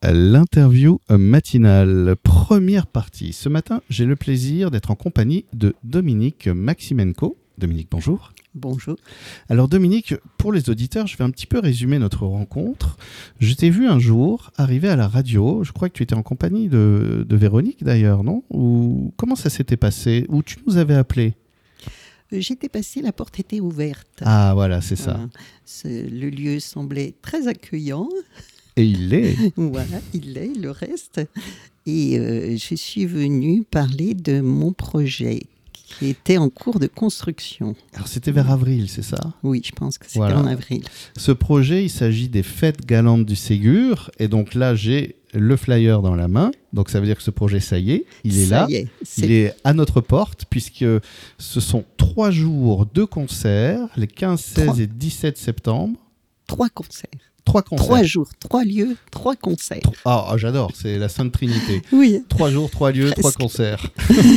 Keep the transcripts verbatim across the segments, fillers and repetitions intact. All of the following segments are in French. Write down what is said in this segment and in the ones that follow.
l'interview matinale. Première partie. Ce matin, j'ai le plaisir d'être en compagnie de Dominique Maximenko. Dominique, bonjour. Bonjour. Alors Dominique, pour les auditeurs, je vais un petit peu résumer notre rencontre. Je t'ai vu un jour arriver à la radio, je crois que tu étais en compagnie de, de Véronique d'ailleurs, non ? Ou comment ça s'était passé ? Ou tu nous avais appelé ? J'étais passée, la porte était ouverte. Ah voilà, c'est ça. Voilà. C'est, le lieu semblait très accueillant. Et il l'est. Voilà, il l'est, il le reste. Et euh, je suis venue parler de mon projet qui était en cours de construction. Alors c'était vers avril, c'est ça ? Oui, je pense que c'était Voilà. en avril. Ce projet, il s'agit des Fêtes galantes du Ségur. Et donc là, j'ai le flyer dans la main. Donc ça veut dire que ce projet, ça y est, il est Ça là. y est, c'est... Il est à notre porte, puisque ce sont trois jours de concerts, les quinze, seize Trois. et dix-sept septembre. Trois concerts. Trois concerts. Trois jours, trois lieux, trois concerts. Ah, ah, j'adore, c'est la Sainte Trinité. Oui. Trois jours, trois lieux, Presque. trois concerts.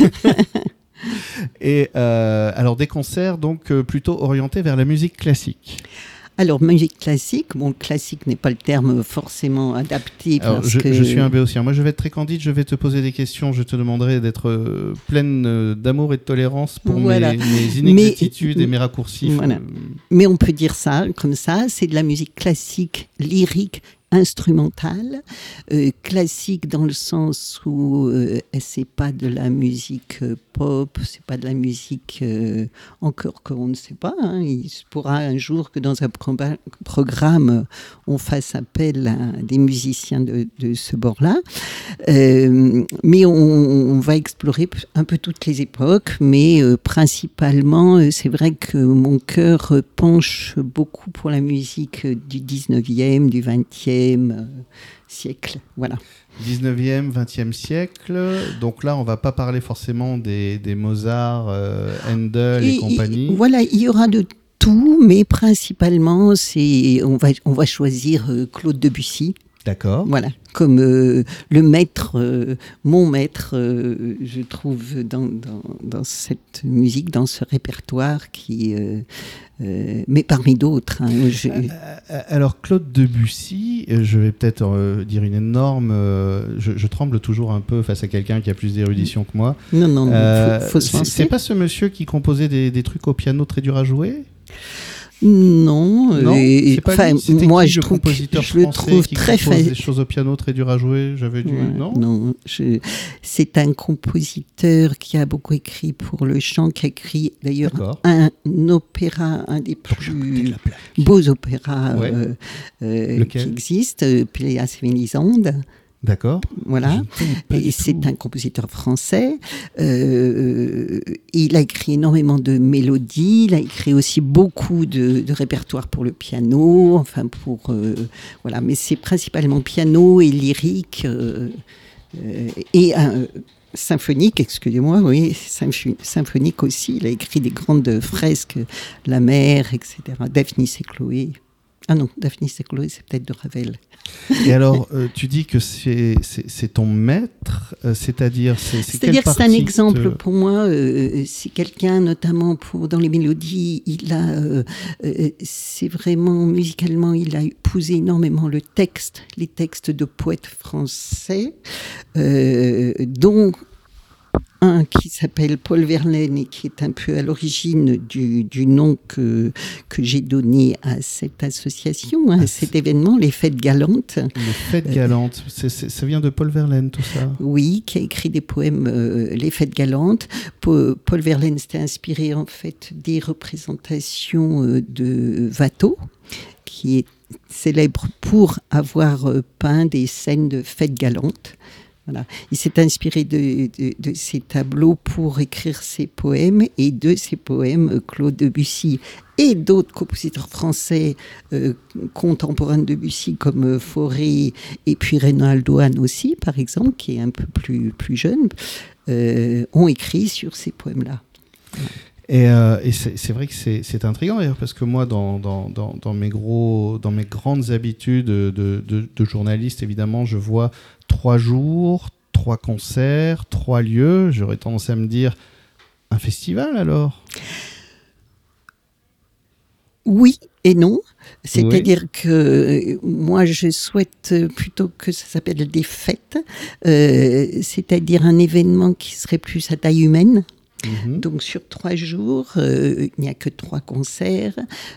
Et euh, alors des concerts donc euh, plutôt orientés vers la musique classique. Alors, musique classique, bon, classique n'est pas le terme forcément adapté. Alors, parce je, que... je suis un béotien. Moi, je vais être très candide, je vais te poser des questions, je te demanderai d'être euh, pleine euh, d'amour et de tolérance pour Voilà. mes, mes inexactitudes Mais, et mes raccourcis. Voilà. Mais on peut dire ça, comme ça, c'est de la musique classique, lyrique, instrumentale, euh, classique dans le sens où euh, c'est pas de la musique euh, pop, c'est pas de la musique euh, encore qu'on ne sait pas. Hein. Il se pourra un jour que dans un pro- programme on fasse appel à des musiciens de, de ce bord-là. Euh, mais on, on va explorer un peu toutes les époques, mais euh, principalement, euh, c'est vrai que mon cœur penche beaucoup pour la musique du dix-neuvième, du vingtième euh, siècle. Voilà. dix-neuvième, vingtième siècle. Donc là, on va pas parler forcément des, des Mozart, euh, Handel et, et compagnie. Et, voilà, il y aura de tout, mais principalement, c'est, on, va, on va choisir euh, Claude Debussy. D'accord. Voilà, comme euh, le maître, euh, mon maître, euh, je trouve, dans, dans, dans cette musique, dans ce répertoire qui... Euh, euh, mais parmi d'autres. Hein, je... Alors, Claude Debussy, je vais peut-être euh, dire une énorme... Euh, je, je tremble toujours un peu face à quelqu'un qui a plus d'érudition que moi. Non, non, non, euh, faut, faut se c'est, lancer. c'est pas ce monsieur qui composait des, des trucs au piano très dur à jouer ? Non, non et, c'est pas enfin, lui. C'était moi qui, je le trouve, compositeur je le trouve qui très compose fa... des choses au piano très dur à jouer. J'avais dû ouais, non. Non, je... c'est un compositeur qui a beaucoup écrit pour le chant, qui a écrit d'ailleurs D'accord. un opéra, un des plus beaux opéras ouais. euh, euh, qui existent, Péléas et Mélisande. D'accord. Voilà. Et c'est un compositeur français. Euh, il a écrit énormément de mélodies. Il a écrit aussi beaucoup de, de répertoire pour le piano. Enfin, pour euh, voilà. Mais c'est principalement piano et lyrique euh, euh, et euh, symphonique. Excusez-moi. Oui, symph- symphonique aussi. Il a écrit des grandes fresques, La Mer, et cetera. Daphnis et Chloé. Ah non, Daphnis et Chloé, c'est peut-être de Ravel. Et alors, euh, tu dis que c'est, c'est, c'est ton maître, euh, c'est-à-dire... C'est, c'est c'est-à-dire que c'est un exemple te... pour moi, euh, c'est quelqu'un, notamment pour, dans les mélodies, il a, euh, euh, c'est vraiment, musicalement, il a épousé énormément le texte, les textes de poètes français, euh, dont... un qui s'appelle Paul Verlaine et qui est un peu à l'origine du, du nom que, que j'ai donné à cette association, à ah, cet événement, les Fêtes galantes. Les Fêtes galantes, c'est, c'est, ça vient de Paul Verlaine tout ça ? Oui, qui a écrit des poèmes, euh, les Fêtes galantes. Paul, Paul Verlaine s'était inspiré en fait des représentations euh, de Watteau, qui est célèbre pour avoir euh, peint des scènes de Fêtes galantes. Voilà. Il s'est inspiré de, de, de ces tableaux pour écrire ses poèmes, et de ces poèmes, Claude Debussy et d'autres compositeurs français euh, contemporains de Debussy comme euh, Fauré et puis Reynaldo Hahn aussi, par exemple, qui est un peu plus, plus jeune, euh, ont écrit sur ces poèmes-là. Voilà. Et, euh, et c'est, c'est vrai que c'est, c'est intriguant d'ailleurs, parce que moi, dans, dans, dans, dans, mes, gros, dans mes grandes habitudes de, de, de journaliste, évidemment, je vois trois jours, trois concerts, trois lieux. J'aurais tendance à me dire, un festival alors ? Oui et non. C'est-à-dire oui. que euh, moi, je souhaite plutôt que ça s'appelle des fêtes, euh, c'est-à-dire un événement qui serait plus à taille humaine. Mmh. Donc sur trois jours, euh, il n'y a que trois concerts.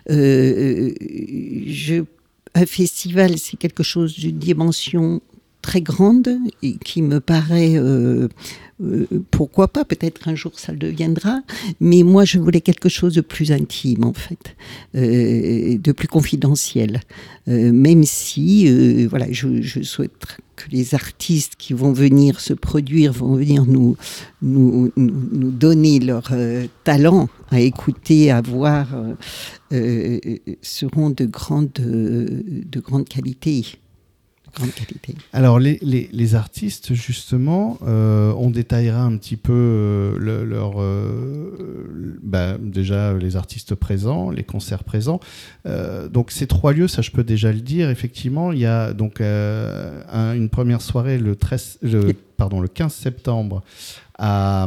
Euh, je, un festival, c'est quelque chose d'une dimension très grande et qui me paraît, euh, euh, pourquoi pas, peut-être un jour ça le deviendra, mais moi je voulais quelque chose de plus intime en fait, euh, de plus confidentiel, euh, même si euh, voilà, je, je souhaite que les artistes qui vont venir se produire vont venir nous, nous, nous, nous donner leur euh, talent à écouter, à voir, euh, euh, seront de grande, de grande qualité. Grande qualité. Alors les, les, les artistes justement, euh, on détaillera un petit peu euh, le, leur, euh, bah, déjà les artistes présents, les concerts présents. Euh, donc ces trois lieux, ça je peux déjà le dire. Effectivement, il y a donc euh, un, une première soirée le treize, le, pardon, le quinze septembre. À,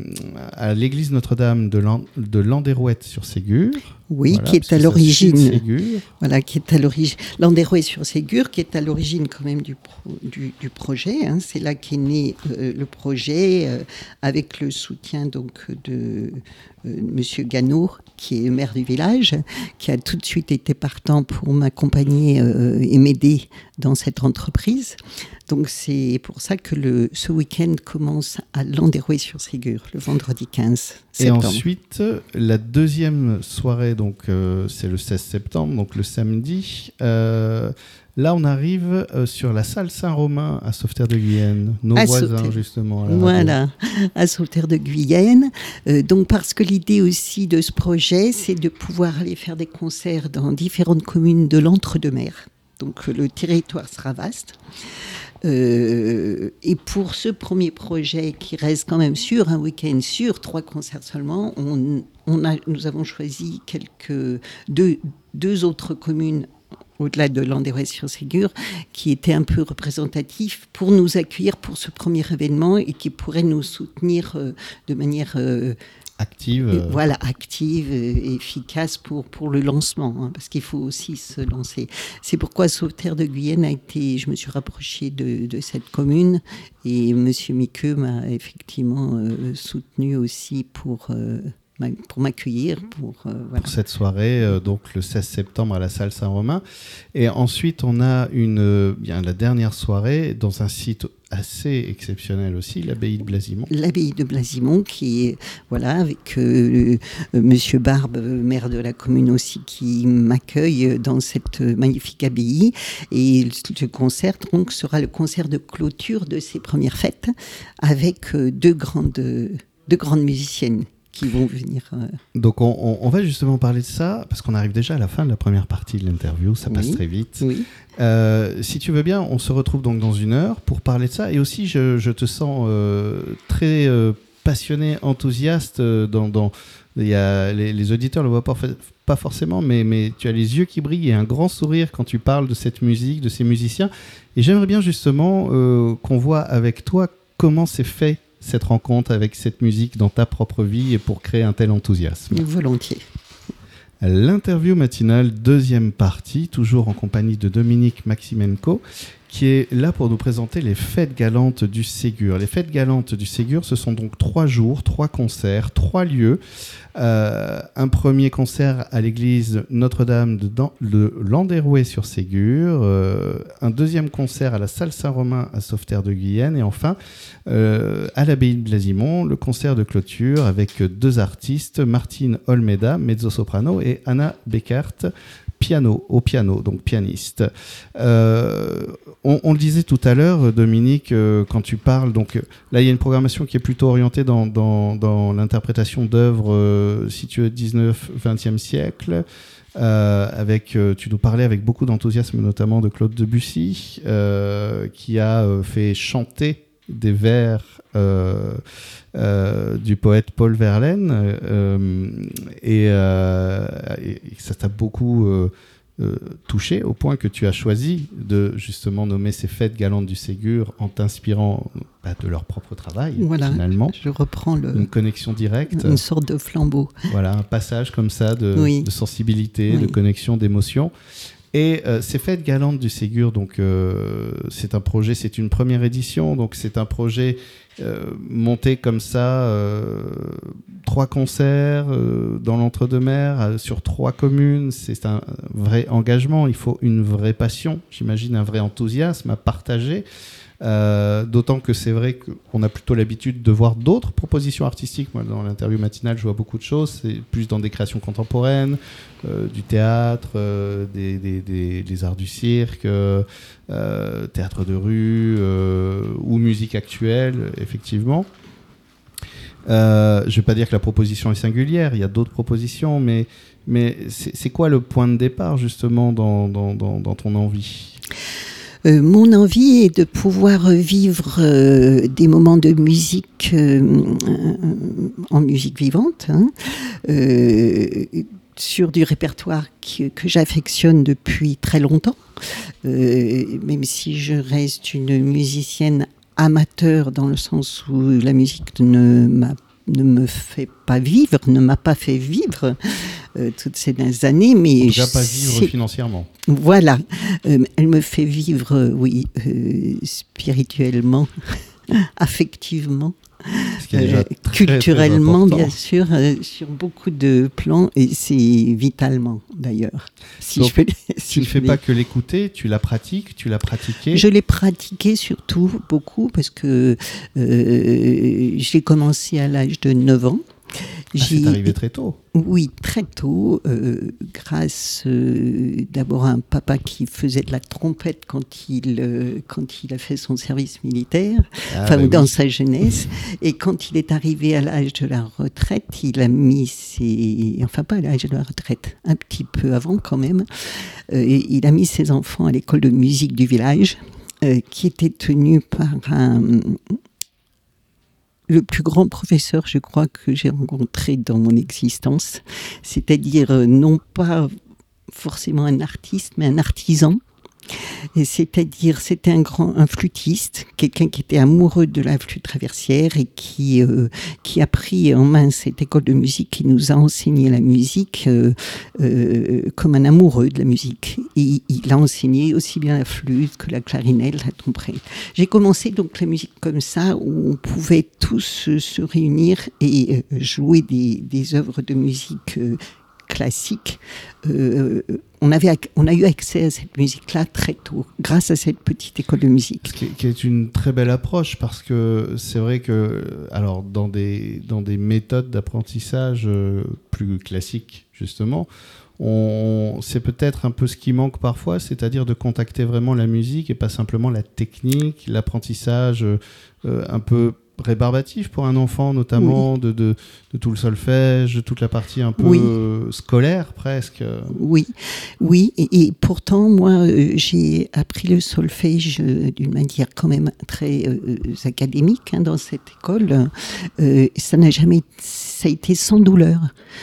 à l'église Notre-Dame de, Lan, de Landerouet sur Ségur. Oui, voilà, qui est à l'origine. Voilà, qui est à l'origine. Landerouet sur Ségur, qui est à l'origine quand même du, pro, du, du projet. Hein. C'est là qu'est né euh, le projet, euh, avec le soutien donc de euh, Monsieur Gano, qui est maire du village, qui a tout de suite été partant pour m'accompagner euh, et m'aider dans cette entreprise. Donc c'est pour ça que le, ce week-end commence à Landerouet sur Ségur, le vendredi quinze septembre. Et ensuite, la deuxième soirée, donc, euh, c'est le seize septembre, donc le samedi. Euh, là, on arrive euh, sur la salle Saint-Romain à Sauveterre de Guyenne, nos à voisins Sauveterre. Justement. À la voilà, à Sauveterre de Guyenne. Euh, donc parce que l'idée aussi de ce projet, c'est de pouvoir aller faire des concerts dans différentes communes de l'Entre-deux-Mers. Donc le territoire sera vaste. Euh, et pour ce premier projet qui reste quand même sur un week-end, sur trois concerts seulement, on, on a, nous avons choisi quelques, deux, deux autres communes au-delà de Landerouet sur Ségur, qui étaient un peu représentatifs pour nous accueillir pour ce premier événement et qui pourraient nous soutenir euh, de manière... Euh, active. Euh... Voilà, active et efficace pour, pour le lancement, hein, parce qu'il faut aussi se lancer. C'est pourquoi Sauveterre de Guyenne a été, je me suis rapprochée de, de cette commune et M. Miqueux m'a effectivement euh, soutenu aussi pour... Euh, pour m'accueillir. Pour, euh, voilà. pour cette soirée, euh, donc le seize septembre à la salle Saint-Romain. Et ensuite, on a une, euh, bien, la dernière soirée dans un site assez exceptionnel aussi, l'abbaye de Blasimont. L'abbaye de Blasimont qui est, voilà, avec euh, euh, Monsieur Barbe, maire de la commune aussi, qui m'accueille dans cette magnifique abbaye. Et ce concert, donc, sera le concert de clôture de ces premières fêtes avec euh, deux grandes, deux grandes musiciennes qui vont venir. Euh... Donc on, on, on va justement parler de ça, parce qu'on arrive déjà à la fin de la première partie de l'interview, ça passe oui, très vite. Oui. Euh, si tu veux bien, on se retrouve donc dans une heure pour parler de ça, et aussi je, je te sens euh, très euh, passionné, enthousiaste. Dans, dans, y a, les, les auditeurs ne le voient pas, pas forcément, mais, mais tu as les yeux qui brillent et un grand sourire quand tu parles de cette musique, de ces musiciens. Et j'aimerais bien justement euh, qu'on voit avec toi comment c'est fait cette rencontre avec cette musique dans ta propre vie et pour créer un tel enthousiasme. Volontiers. L'interview matinale, deuxième partie, toujours en compagnie de Dominique Maximenko, qui est là pour nous présenter les fêtes galantes du Ségur. Les fêtes galantes du Ségur, ce sont donc trois jours, trois concerts, trois lieux. Euh, un premier concert à l'église Notre-Dame de, de Landerouet sur Ségur, euh, un deuxième concert à la salle Saint-Romain à Sauveterre de Guyenne, et enfin euh, à l'abbaye de Blasimont, le concert de clôture avec deux artistes, Martine Olmeda, mezzo-soprano, et Anna Beckert, piano, au piano, donc pianiste. Euh, on, on le disait tout à l'heure, Dominique, euh, quand tu parles, donc là il y a une programmation qui est plutôt orientée dans, dans, dans l'interprétation d'œuvres euh, situées au dix-neuvième, vingtième siècle. Euh, avec, euh, tu nous parlais avec beaucoup d'enthousiasme notamment de Claude Debussy, euh, qui a euh, fait chanter des vers euh, euh, du poète Paul Verlaine, euh, et, euh, et ça t'a beaucoup euh, euh, touché au point que tu as choisi de justement nommer ces fêtes galantes du Ségur en t'inspirant bah, de leur propre travail, voilà, finalement. Je reprends le, une connexion directe. Une sorte de flambeau. Voilà, un passage comme ça de, oui. de sensibilité, oui. de connexion, d'émotion. Et euh, ces fêtes galantes du Ségur, donc euh, c'est un projet, c'est une première édition, donc c'est un projet euh, monté comme ça, euh, trois concerts euh, dans l'entre-deux-mers euh, sur trois communes. C'est un vrai engagement. Il faut une vraie passion, j'imagine, un vrai enthousiasme à partager. Euh, d'autant que c'est vrai qu'on a plutôt l'habitude de voir d'autres propositions artistiques. Moi, dans l'interview matinale, je vois beaucoup de choses. C'est plus dans des créations contemporaines, euh, du théâtre, euh, des, des, des, des arts du cirque, euh, théâtre de rue euh, ou musique actuelle, effectivement. Euh, je ne vais pas dire que la proposition est singulière, il y a d'autres propositions, mais, mais c'est, c'est quoi le point de départ, justement, dans, dans, dans, dans ton envie ? Euh, mon envie est de pouvoir vivre euh, des moments de musique euh, en musique vivante, hein, euh, sur du répertoire qui, que j'affectionne depuis très longtemps, euh, même si je reste une musicienne amateur dans le sens où la musique ne m'a ne me fait pas vivre, ne m'a pas fait vivre euh, toutes ces années, mais en tout cas, pas vivre financièrement. Voilà, euh, elle me fait vivre, euh, oui, euh, spirituellement, affectivement, euh, culturellement, très, très bien sûr, euh, sur beaucoup de plans, et c'est vitalement d'ailleurs. Si Donc, je peux, si tu ne fais pas que l'écouter, tu la pratiques, tu l'as pratiqué. Je l'ai pratiqué surtout beaucoup parce que euh, j'ai commencé à l'âge de neuf ans. Ah, c'est arrivé très tôt. Oui, très tôt, euh, grâce euh, d'abord à un papa qui faisait de la trompette quand il, euh, quand il a fait son service militaire, ah, enfin bah dans oui. sa jeunesse. Et quand il est arrivé à l'âge de la retraite, il a mis ses... Enfin, pas à l'âge de la retraite, un petit peu avant quand même. Euh, il a mis ses enfants à l'école de musique du village, euh, qui était tenue par un... le plus grand professeur, je crois, que j'ai rencontré dans mon existence, c'est-à-dire euh, non pas forcément un artiste, mais un artisan. Et c'est-à-dire, c'était un grand, un flûtiste, quelqu'un qui était amoureux de la flûte traversière et qui euh, qui a pris en main cette école de musique, qui nous a enseigné la musique euh, euh, comme un amoureux de la musique. Et il a enseigné aussi bien la flûte que la clarinette, la trompette. J'ai commencé donc la musique comme ça, où on pouvait tous euh, se réunir et euh, jouer des des œuvres de musique euh, classique. Euh, on, avait, on a eu accès à cette musique-là très tôt, grâce à cette petite école de musique. Ce qui est, qui est une très belle approche, parce que c'est vrai que, alors, dans des, dans des méthodes d'apprentissage euh, plus classiques, justement, on, c'est peut-être un peu ce qui manque parfois, c'est-à-dire de contacter vraiment la musique et pas simplement la technique, l'apprentissage euh, un peu rébarbatif pour un enfant, notamment oui. de, de, de tout le solfège, de toute la partie un peu oui. scolaire presque. Oui, oui, et, et pourtant moi euh, j'ai appris le solfège euh, d'une manière quand même très euh, académique hein, dans cette école. Euh, ça n'a jamais, ça a été sans douleur.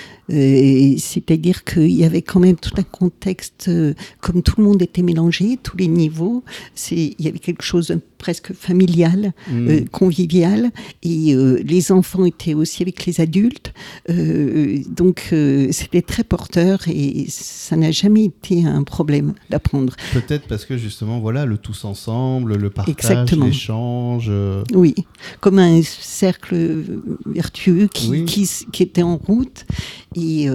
Euh, c'est-à-dire qu'il y avait quand même tout un contexte, euh, comme tout le monde était mélangé, tous les niveaux, c'est, il y avait quelque chose de presque familial, mmh. euh, convivial, et euh, les enfants étaient aussi avec les adultes, euh, donc euh, c'était très porteur et ça n'a jamais été un problème d'apprendre. Peut-être parce que justement, voilà, le tous ensemble, le partage, Exactement. l'échange... Euh... Oui, comme un cercle vertueux qui, oui. qui, qui était en route. Et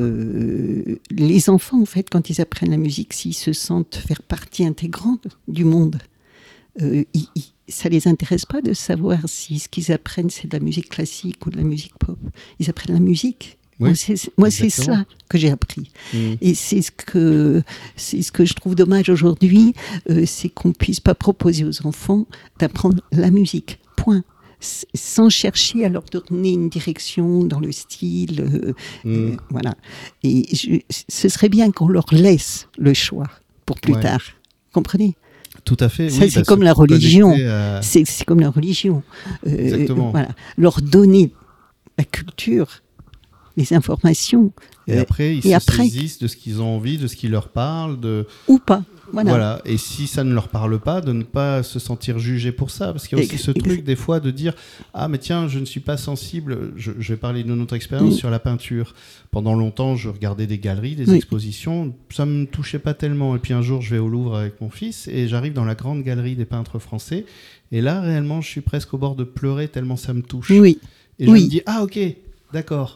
euh, les enfants, en fait, quand ils apprennent la musique, s'ils se sentent faire partie intégrante du monde, euh, ils, ils, ça ne les intéresse pas de savoir si ce qu'ils apprennent, c'est de la musique classique ou de la musique pop. Ils apprennent la musique. Oui, moi, c'est, moi c'est ça que j'ai appris. Mmh. Et c'est ce, que, c'est ce que je trouve dommage aujourd'hui, euh, c'est qu'on ne puisse pas proposer aux enfants d'apprendre la musique. Point. Sans chercher à leur donner une direction dans le style, euh, mmh. euh, voilà. Et je, ce serait bien qu'on leur laisse le choix pour plus ouais. tard. Comprenez ? Tout à fait. Ça, oui, c'est, bah, comme la religion. À... c'est, c'est comme la religion. Euh, Exactement. Voilà. Leur donner la culture, les informations. Et euh, après, ils et se après, saisissent de ce qu'ils ont envie, de ce qui leur parle, de... ou pas. Voilà. Voilà. Et si ça ne leur parle pas, de ne pas se sentir jugé pour ça. Parce qu'il y a aussi Ex- ce ex- truc des fois de dire « Ah, mais tiens, je ne suis pas sensible. » Je, je vais parler de notre expérience Mm. sur la peinture. Pendant longtemps, je regardais des galeries, des Oui. expositions. Ça ne me touchait pas tellement. Et puis un jour, je vais au Louvre avec mon fils et j'arrive dans la grande galerie des peintres français. Et là, réellement, je suis presque au bord de pleurer tellement ça me touche. Oui. Et je Oui. me dis « Ah, ok, d'accord. »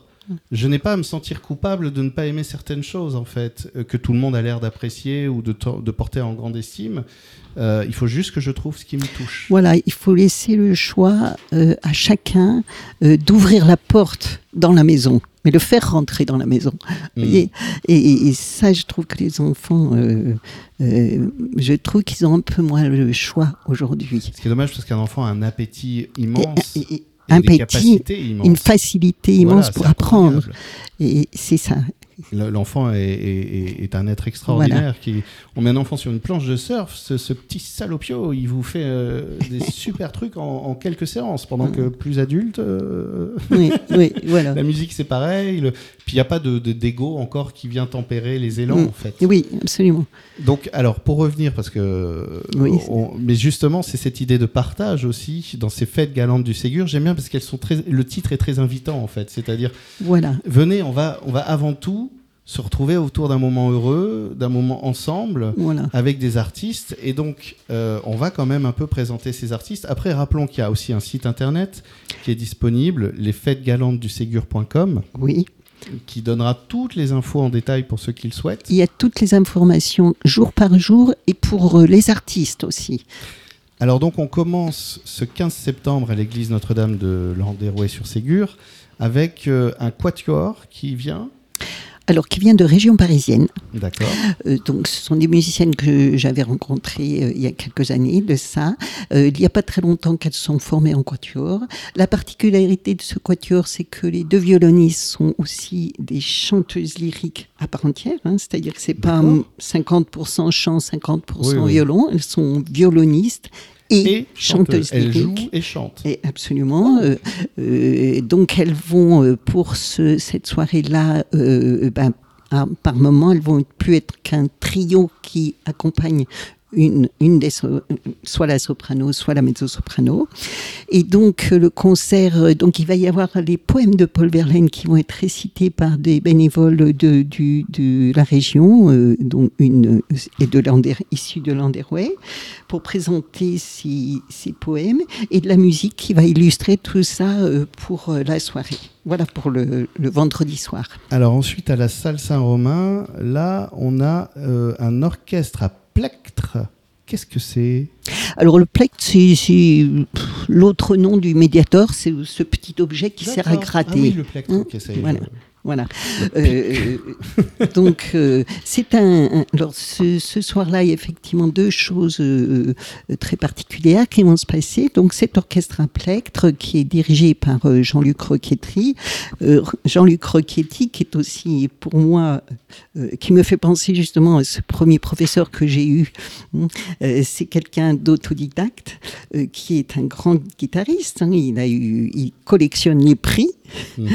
Je n'ai pas à me sentir coupable de ne pas aimer certaines choses, en fait, euh, que tout le monde a l'air d'apprécier ou de, to- de porter en grande estime. Euh, il faut juste que je trouve ce qui me touche. Voilà, il faut laisser le choix euh, à chacun euh, d'ouvrir la porte dans la maison, mais le faire rentrer dans la maison. Mm. Vous voyez, et, et, et ça, je trouve que les enfants, euh, euh, je trouve qu'ils ont un peu moins le choix aujourd'hui. Ce qui est dommage, parce qu'un enfant a un appétit immense. Et- et- et et un des petit, capacités immenses. une facilité immense Voilà, pour c'est apprendre. incroyable. Et c'est ça. Le- L'enfant est, est- est- est un être extraordinaire. Voilà. Qui, on met un enfant sur une planche de surf, ce, ce petit salopio, il vous fait euh, des super trucs en, en quelques séances, pendant que plus adulte, euh, Oui, oui, voilà. la musique c'est pareil. Le... Puis il n'y a pas de, de, d'ego encore qui vient tempérer les élans, Mm. en fait. Oui, absolument. Donc, alors, pour revenir, parce que. Oui. on- mais justement, c'est cette idée de partage aussi, dans ces fêtes galantes du Ségur. J'aime bien parce qu'elles sont très. Le titre est très invitant, en fait. C'est-à-dire, Voilà. venez, on va, on va avant tout se retrouver autour d'un moment heureux, d'un moment ensemble, Voilà. avec des artistes. Et donc, euh, on va quand même un peu présenter ces artistes. Après, rappelons qu'il y a aussi un site internet qui est disponible, les fêtes galantes du ségur point com, Oui. qui donnera toutes les infos en détail pour ceux qui le souhaitent. Il y a toutes les informations jour par jour et pour euh, les artistes aussi. Alors donc, on commence ce quinze septembre à l'église Notre-Dame de Landerouet-sur-Ségur avec euh, un quatuor qui vient. Alors, qui vient de région parisienne. D'accord. Euh, donc, ce sont des musiciennes que j'avais rencontrées euh, il y a quelques années de ça. Euh, il n'y a pas très longtemps qu'elles sont formées en quatuor. La particularité de ce quatuor, c'est que les deux violonistes sont aussi des chanteuses lyriques à part entière. Hein, c'est-à-dire que c'est pas D'accord. cinquante pour cent chant, cinquante pour cent Oui, oui. violon. Elles sont violonistes et, Et chanteuses chanteuse. Elle lyriques. joue et chante. Et absolument. Euh, euh, donc elles vont euh, pour ce, cette soirée-là, euh, ben, à- par moment, elles vont plus être qu'un trio qui accompagne une, une des so- soit la soprano, soit la mezzo-soprano. Et donc euh, le concert, euh, donc il va y avoir les poèmes de Paul Verlaine qui vont être récités par des bénévoles de, du, de la région, euh, dont une est de Lander, issue de Landerouet, pour présenter ces, ces poèmes, et de la musique qui va illustrer tout ça euh, pour euh, la soirée. Voilà pour le, le vendredi soir. Alors ensuite, à la salle Saint-Romain, là, on a euh, un orchestre à plectre. Qu'est-ce que c'est ? Alors le plectre, c'est, c'est pff, l'autre nom du médiator, c'est ce petit objet qui sert à D'accord. gratter. Ah oui, le plectre. Hein, Ok, ça y est, voilà. je- Voilà. Euh, donc, euh, c'est un, un- Alors, ce, ce soir-là, il y a effectivement deux choses euh, euh, très particulières qui vont se passer. Donc, cet orchestre à plectre qui est dirigé par euh, Jean-Luc Rocchetti. Euh, Jean-Luc Rocchetti, qui est aussi, pour moi, euh, qui me fait penser justement à ce premier professeur que j'ai eu. Euh, c'est quelqu'un d'autodidacte, euh, qui est un grand guitariste. Hein. Il a eu, il collectionne les prix. Mhm.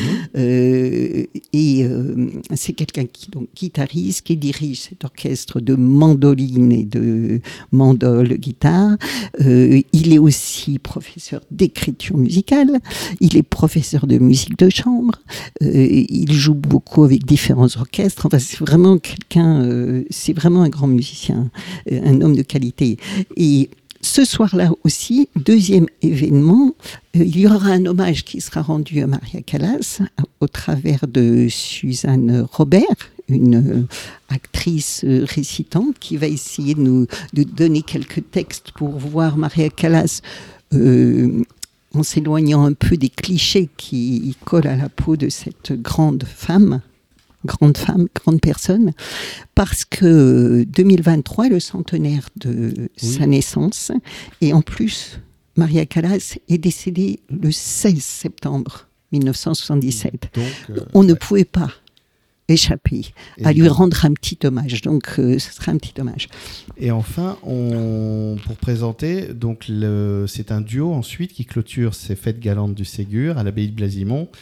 Euh, et euh, c'est quelqu'un qui donc guitariste, qui dirige cet orchestre de mandoline et de mandole guitare. Euh, il est aussi professeur d'écriture musicale. Il est professeur de musique de chambre. Euh, il joue beaucoup avec différents orchestres. Enfin, c'est vraiment quelqu'un. Euh, c'est vraiment un grand musicien, euh, un homme de qualité. Et ce soir-là aussi, deuxième événement, euh, il y aura un hommage qui sera rendu à Maria Callas au travers de Suzanne Robert, une euh, actrice euh, récitante qui va essayer de nous de donner quelques textes pour voir Maria Callas euh, en s'éloignant un peu des clichés qui collent à la peau de cette grande femme. grande femme, grande personne, parce que deux mille vingt-trois est le centenaire de oui. sa naissance, et en plus, Maria Callas est décédée le seize septembre mille neuf cent soixante-dix-sept. Donc, euh, On ouais. ne pouvait pas échapper et à lui rendre un petit hommage, donc euh, ce sera un petit hommage. Et enfin, on, pour présenter, donc le, c'est un duo ensuite qui clôture ces fêtes galantes du Ségur à l'abbaye de Blasimont.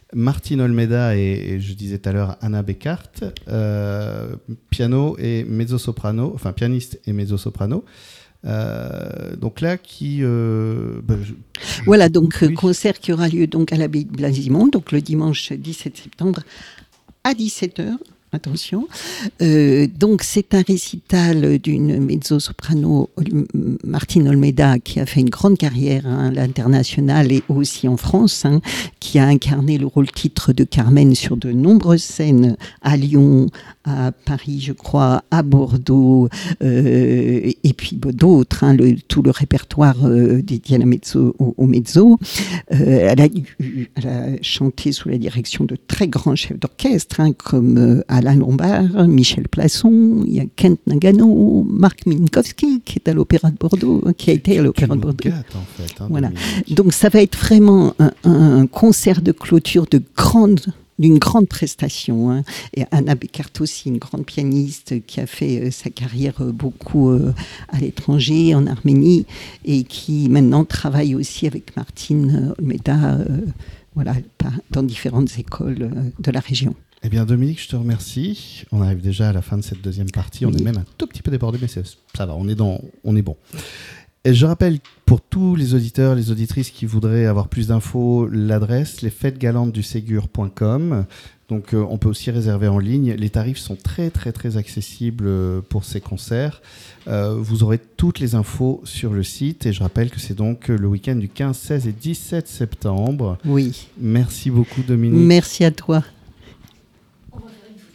Martine Olmeda et, et je disais tout à l'heure Anna Beckart, euh, piano et mezzo-soprano, enfin pianiste et mezzo-soprano. Euh, donc là, qui... Euh, bah, je, je, voilà, donc oui. concert qui aura lieu donc à l'abbaye de Blasimont, donc le dimanche dix-sept septembre à dix-sept heures. Attention. Euh, donc, c'est un récital d'une mezzo-soprano, Martine Olmeda, qui a fait une grande carrière hein, à l'international et aussi en France, hein, qui a incarné le rôle titre de Carmen sur de nombreuses scènes à Lyon, à Paris, je crois, à Bordeaux, euh, et puis bah, d'autres, hein, le, tout le répertoire euh, dédié à la mezzo, au, au mezzo. Euh, elle, a, elle a chanté sous la direction de très grands chefs d'orchestre, hein, comme euh, Alain Lombard, Michel Plasson, il y a Kent Nagano, Marc Minkowski qui est à l'Opéra de Bordeaux, qui a été à l'Opéra de Bordeaux. Gâte, en fait, hein, voilà. Donc ça va être vraiment un, un concert de clôture de grande, d'une grande prestation. Hein. Et Anna Beckart aussi, une grande pianiste qui a fait euh, sa carrière euh, beaucoup euh, à l'étranger, en Arménie, et qui maintenant travaille aussi avec Martine Olmeda, euh, voilà, dans différentes écoles euh, de la région. Eh bien, Dominique, je te remercie. On arrive déjà à la fin de cette deuxième partie. On oui. est même un tout petit peu débordé, mais c'est, ça va, on est, dans, on est bon. Et je rappelle pour tous les auditeurs, les auditrices qui voudraient avoir plus d'infos, l'adresse, les fêtes galantes du ségur point com. Donc, euh, on peut aussi réserver en ligne. Les tarifs sont très, très, très accessibles pour ces concerts. Euh, vous aurez toutes les infos sur le site. Et je rappelle que c'est donc le week-end du quinze, seize et dix-sept septembre. Oui. Merci beaucoup, Dominique. Merci à toi.